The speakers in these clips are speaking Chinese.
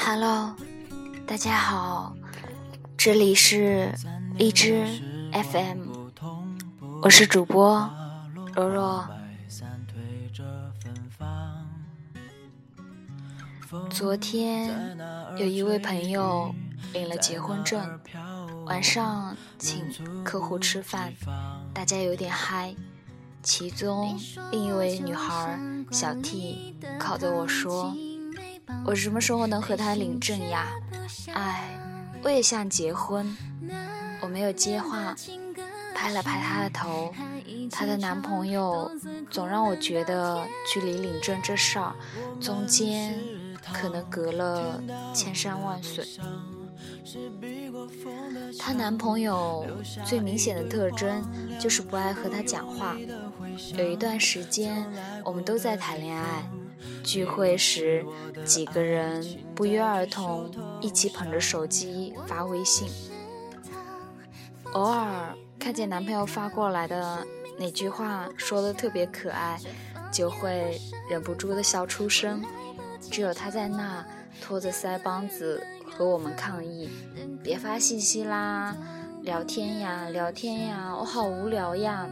Hello， 大家好，这里是荔枝 FM， 我是主播若若。昨天有一位朋友领了结婚证，晚上请客户吃饭，大家有点嗨。其中另一位女孩小 T 靠着我说，我什么时候能和他领证呀？我也想结婚。我没有接话，拍了拍她的头。她的男朋友总让我觉得距离领证这事儿中间可能隔了千山万水。她男朋友最明显的特征就是不爱和她讲话。有一段时间我们都在谈恋爱，聚会时几个人不约而同一起捧着手机发微信，偶尔看见男朋友发过来的哪句话说得特别可爱，就会忍不住的笑出声。只有他在那拖着腮帮子和我们抗议，别发信息啦，聊天呀，我好无聊呀。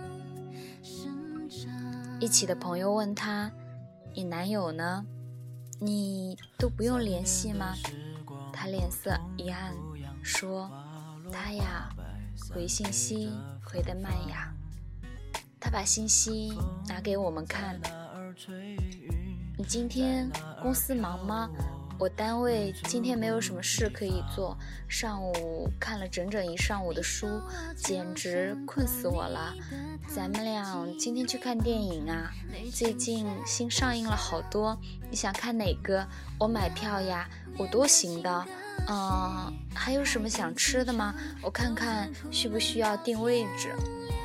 一起的朋友问他，你男友呢？你都不用联系吗？他脸色一暗，说他呀，回信息回得慢呀。他把信息拿给我们看，你今天公司忙吗？我单位今天没有什么事可以做，上午看了整整一上午的书，简直困死我了。咱们俩今天去看电影啊，最近新上映了好多，你想看哪个？我买票呀，我多行的。还有什么想吃的吗？我看看需不需要定位置。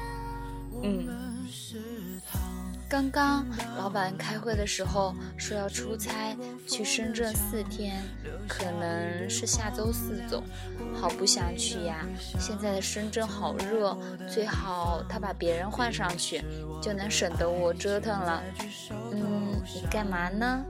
刚刚老板开会的时候说要出差去深圳4天，可能是下周4走，好不想去呀。现在的深圳好热，最好他把别人换上去，就能省得我折腾了。你干嘛呢？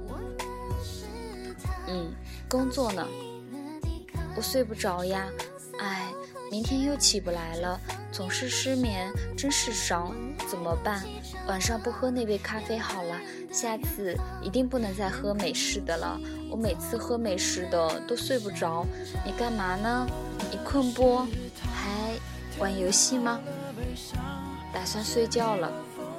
工作呢。我睡不着呀，明天又起不来了，总是失眠，真是伤，怎么办？晚上不喝那杯咖啡好了，下次一定不能再喝美式的了，我每次喝美式的都睡不着。你干嘛呢？你困不？还玩游戏吗？打算睡觉了。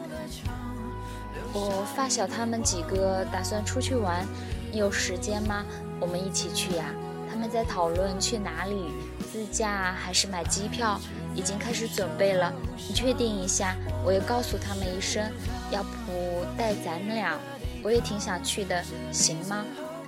我发小他们几个打算出去玩，你有时间吗？我们一起去呀。他们在讨论去哪里，自驾还是买机票，已经开始准备了。你确定一下，我也告诉他们一声，要不带咱们俩，我也挺想去的，行吗？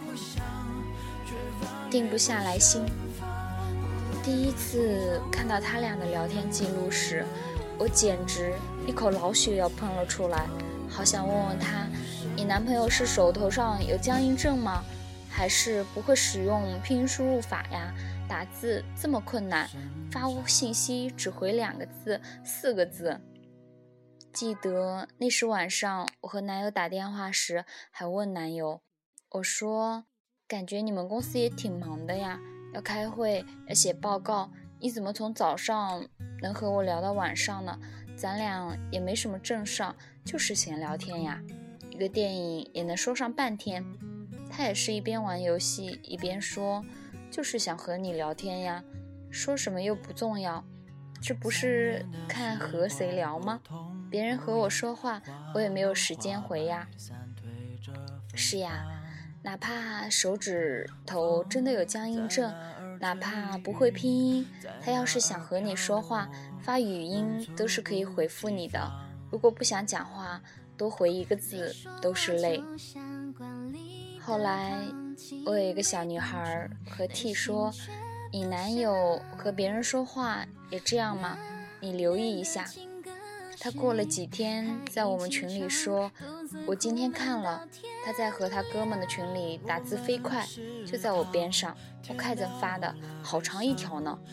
定不下来心。第一次看到他俩的聊天记录时，我简直一口老血要喷了出来，好想问问他，你男朋友是手头上有僵硬症吗？还是不会使用拼音输入法呀？打字这么困难，发信息只回2个字、4个字。记得那时晚上我和男友打电话时，还问男友，我说感觉你们公司也挺忙的呀，要开会，要写报告，你怎么从早上能和我聊到晚上呢？咱俩也没什么正事，就是闲聊天呀，一个电影也能说上半天。他也是一边玩游戏一边说，就是想和你聊天呀，说什么又不重要，这不是看和谁聊吗？别人和我说话，我也没有时间回呀。是呀，哪怕手指头真的有僵硬症，哪怕不会拼音，他要是想和你说话，发语音都是可以回复你的。如果不想讲话，多回1个字都是累。后来我有一个小女孩和 T 说，你男友和别人说话也这样吗？你留意一下。他过了几天在我们群里说，我今天看了，他在和他哥们的群里打字飞快，就在我边上，我看着发的，好长一条呢。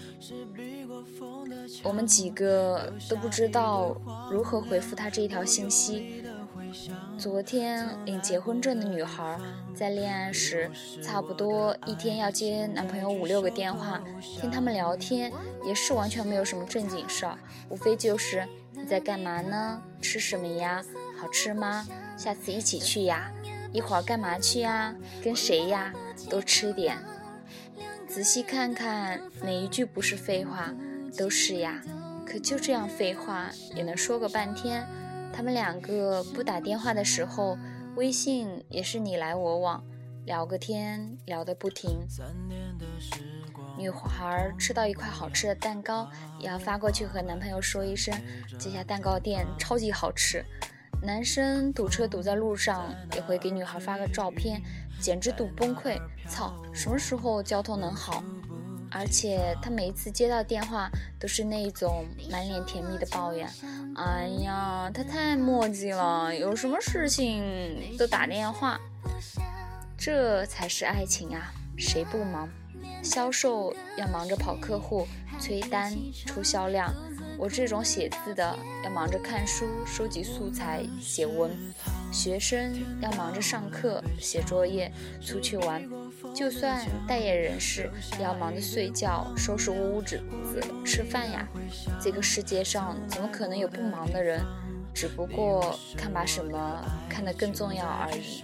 我们几个都不知道如何回复他这一条信息， 昨天领结婚证的女孩在恋爱时，差不多一天要接男朋友5-6个电话，听他们聊天也是完全没有什么正经事儿，无非就是你在干嘛呢？吃什么呀？好吃吗？下次一起去呀？一会儿干嘛去呀？跟谁呀？多吃点。仔细看看，哪一句不是废话？都是呀。可就这样废话也能说个半天。他们2个不打电话的时候，微信也是你来我往，聊个天聊得不停。女孩吃到一块好吃的蛋糕，也要发过去和男朋友说一声，这家蛋糕店超级好吃。男生堵车堵在路上，也会给女孩发个照片，简直堵崩溃。操，什么时候交通能好？而且他每一次接到电话都是那种满脸甜蜜的抱怨，哎呀，他太磨叽了，有什么事情都打电话。这才是爱情啊，谁不忙？销售要忙着跑客户、催单、出销量，我这种写字的要忙着看书、收集素材、写文，学生要忙着上课、写作业、出去玩，就算待业人士也要忙着睡觉、收拾屋子、吃饭呀。这个世界上怎么可能有不忙的人？只不过看把什么看得更重要而已。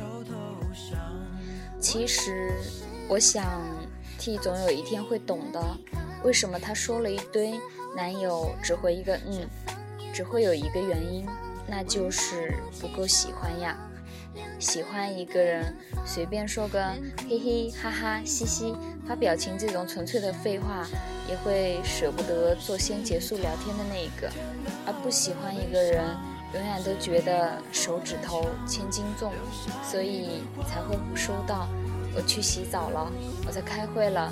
其实我想T 总有一天会懂的，为什么他说了一堆，男友只回一个只会有一个原因，那就是不够喜欢呀。喜欢一个人，随便说个嘿嘿哈哈嘻嘻，发表情这种纯粹的废话，也会舍不得做先结束聊天的那一个。而不喜欢一个人，永远都觉得手指头千斤重，所以才会收到我去洗澡了，我在开会了，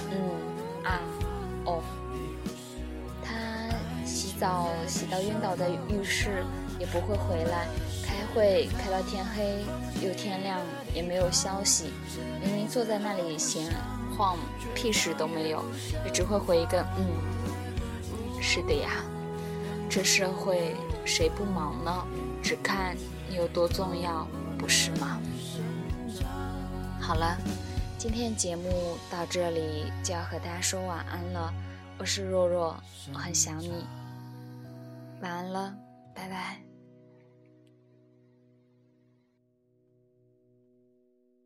他洗澡洗到晕倒在浴室也不会回来，开会开到天黑又天亮也没有消息，明明坐在那里闲晃屁事都没有，也只会回一个是的呀。这社会谁不忙呢？只看你有多重要，不是吗？好了，今天节目到这里就要和大家说晚安了，我是若若，我很想你，晚安了，拜拜。